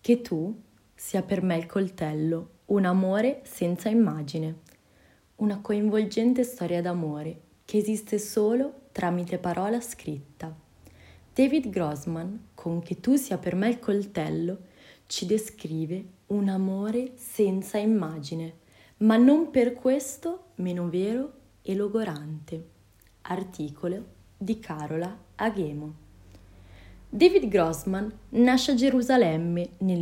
che tu sia per me il coltello, un amore senza immagine, una coinvolgente storia d'amore che esiste solo tramite parola scritta. David Grossman, con Che tu sia per me il coltello, ci descrive un amore senza immagine, ma non per questo meno vero e logorante. Articolo di Carola Aghemo. David Grossman nasce a Gerusalemme nel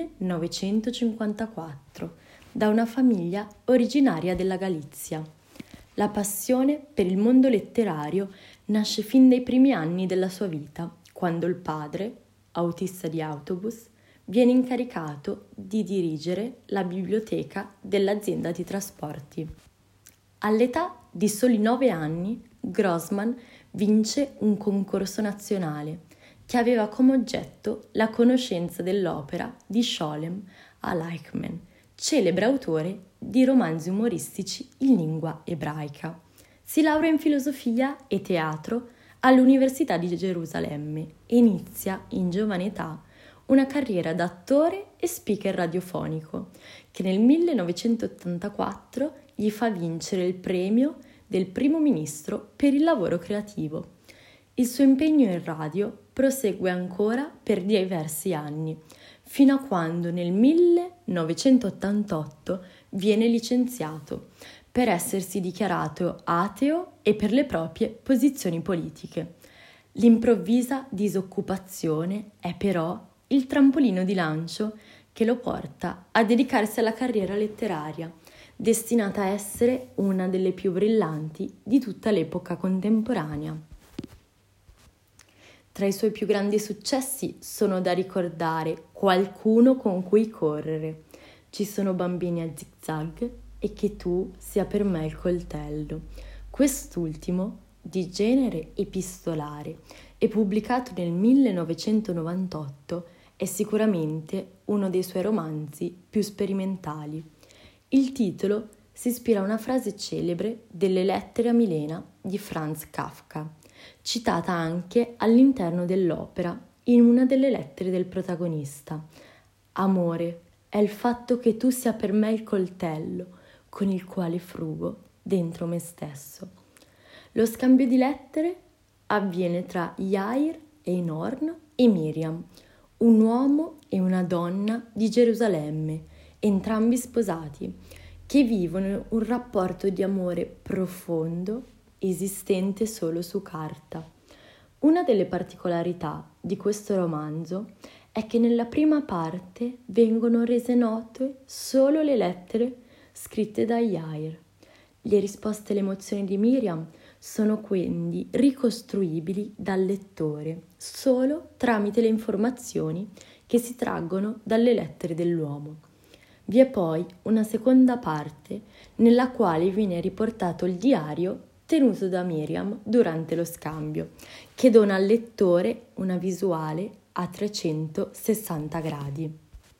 1954 da una famiglia originaria della Galizia. La passione per il mondo letterario nasce fin dai primi anni della sua vita, quando il padre, autista di autobus, viene incaricato di dirigere la biblioteca dell'azienda di trasporti. All'età di soli 9 anni, Grossman vince un concorso nazionale che aveva come oggetto la conoscenza dell'opera di Sholem Aleichem, celebre autore di romanzi umoristici in lingua ebraica. Si laurea in filosofia e teatro all'Università di Gerusalemme e inizia in giovane età una carriera da attore e speaker radiofonico che nel 1984 gli fa vincere il premio del primo ministro per il lavoro creativo. Il suo impegno in radio prosegue ancora per diversi anni, fino a quando nel 1988 viene licenziato per essersi dichiarato ateo e per le proprie posizioni politiche. L'improvvisa disoccupazione è però il trampolino di lancio che lo porta a dedicarsi alla carriera letteraria, destinata a essere una delle più brillanti di tutta l'epoca contemporanea. Tra i suoi più grandi successi sono da ricordare Qualcuno con cui correre, Ci sono bambini a zigzag e Che tu sia per me il coltello. Quest'ultimo, di genere epistolare e pubblicato nel 1998, è sicuramente uno dei suoi romanzi più sperimentali. Il titolo si ispira a una frase celebre delle Lettere a Milena di Franz Kafka, citata anche all'interno dell'opera in una delle lettere del protagonista. Amore, è il fatto che tu sia per me il coltello con il quale frugo dentro me stesso. Lo scambio di lettere avviene tra Yair e Norn e Miriam, un uomo e una donna di Gerusalemme, entrambi sposati, che vivono un rapporto di amore profondo esistente solo su carta. Una delle particolarità di questo romanzo è che nella prima parte vengono rese note solo le lettere scritte da Yair. Le risposte alle emozioni di Miriam sono quindi ricostruibili dal lettore solo tramite le informazioni che si traggono dalle lettere dell'uomo. Vi è poi una seconda parte nella quale viene riportato il diario tenuto da Miriam durante lo scambio, che dona al lettore una visuale a 360 gradi.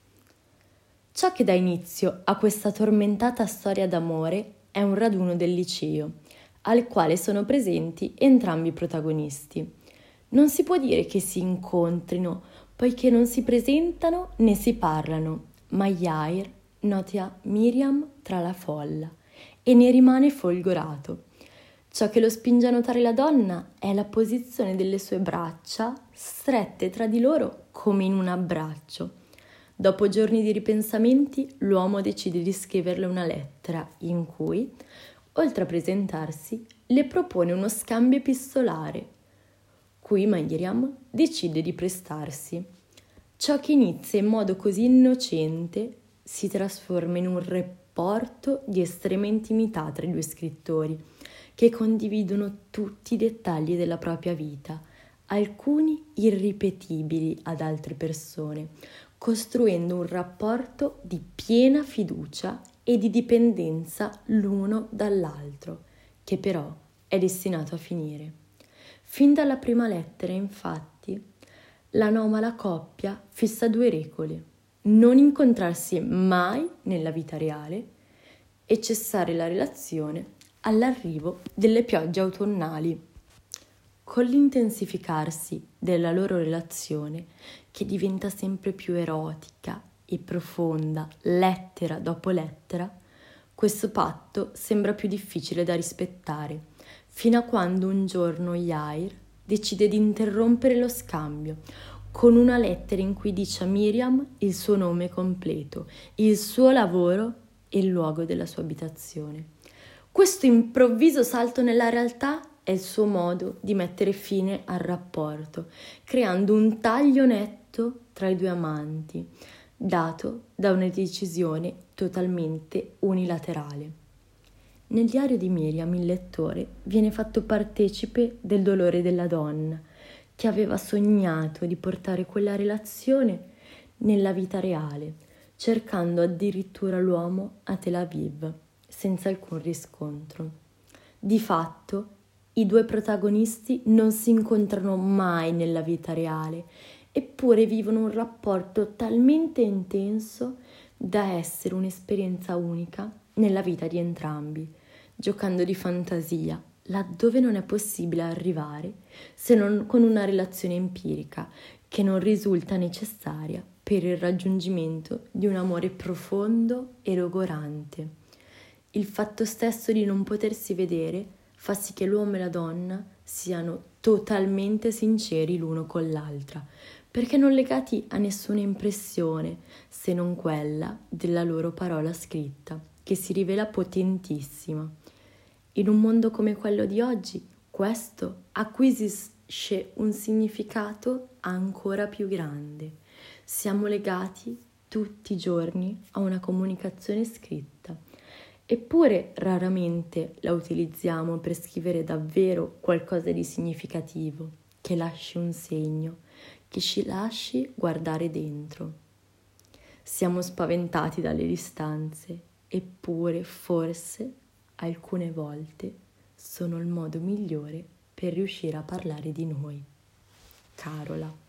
Ciò che dà inizio a questa tormentata storia d'amore è un raduno del liceo, al quale sono presenti entrambi i protagonisti. Non si può dire che si incontrino, poiché non si presentano né si parlano, ma Yair nota Miriam tra la folla e ne rimane folgorato. Ciò che lo spinge a notare la donna è la posizione delle sue braccia strette tra di loro come in un abbraccio. Dopo giorni di ripensamenti, l'uomo decide di scriverle una lettera in cui, oltre a presentarsi, le propone uno scambio epistolare, cui Miriam decide di prestarsi. Ciò che inizia in modo così innocente si trasforma in un rapporto di estrema intimità tra i due scrittori, che condividono tutti i dettagli della propria vita, alcuni irripetibili ad altre persone, costruendo un rapporto di piena fiducia e di dipendenza l'uno dall'altro, che però è destinato a finire. Fin dalla prima lettera, infatti, l'anomala coppia fissa 2 regole: non incontrarsi mai nella vita reale e cessare la relazione all'arrivo delle piogge autunnali. Con l'intensificarsi della loro relazione, che diventa sempre più erotica e profonda, lettera dopo lettera, questo patto sembra più difficile da rispettare, fino a quando un giorno Yair decide di interrompere lo scambio con una lettera in cui dice a Miriam il suo nome completo, il suo lavoro e il luogo della sua abitazione. Questo improvviso salto nella realtà è il suo modo di mettere fine al rapporto, creando un taglio netto tra i due amanti, dato da una decisione totalmente unilaterale. Nel diario di Miriam il lettore viene fatto partecipe del dolore della donna, che aveva sognato di portare quella relazione nella vita reale, cercando addirittura l'uomo a Tel Aviv, senza alcun riscontro. Di fatto, i due protagonisti non si incontrano mai nella vita reale, eppure vivono un rapporto talmente intenso da essere un'esperienza unica nella vita di entrambi, giocando di fantasia laddove non è possibile arrivare se non con una relazione empirica che non risulta necessaria per il raggiungimento di un amore profondo e logorante. Il fatto stesso di non potersi vedere fa sì che l'uomo e la donna siano totalmente sinceri l'uno con l'altra, perché non legati a nessuna impressione se non quella della loro parola scritta, che si rivela potentissima. In un mondo come quello di oggi, questo acquisisce un significato ancora più grande. Siamo legati tutti i giorni a una comunicazione scritta, eppure raramente la utilizziamo per scrivere davvero qualcosa di significativo, che lasci un segno, che ci lasci guardare dentro. Siamo spaventati dalle distanze, eppure forse alcune volte sono il modo migliore per riuscire a parlare di noi. Carola.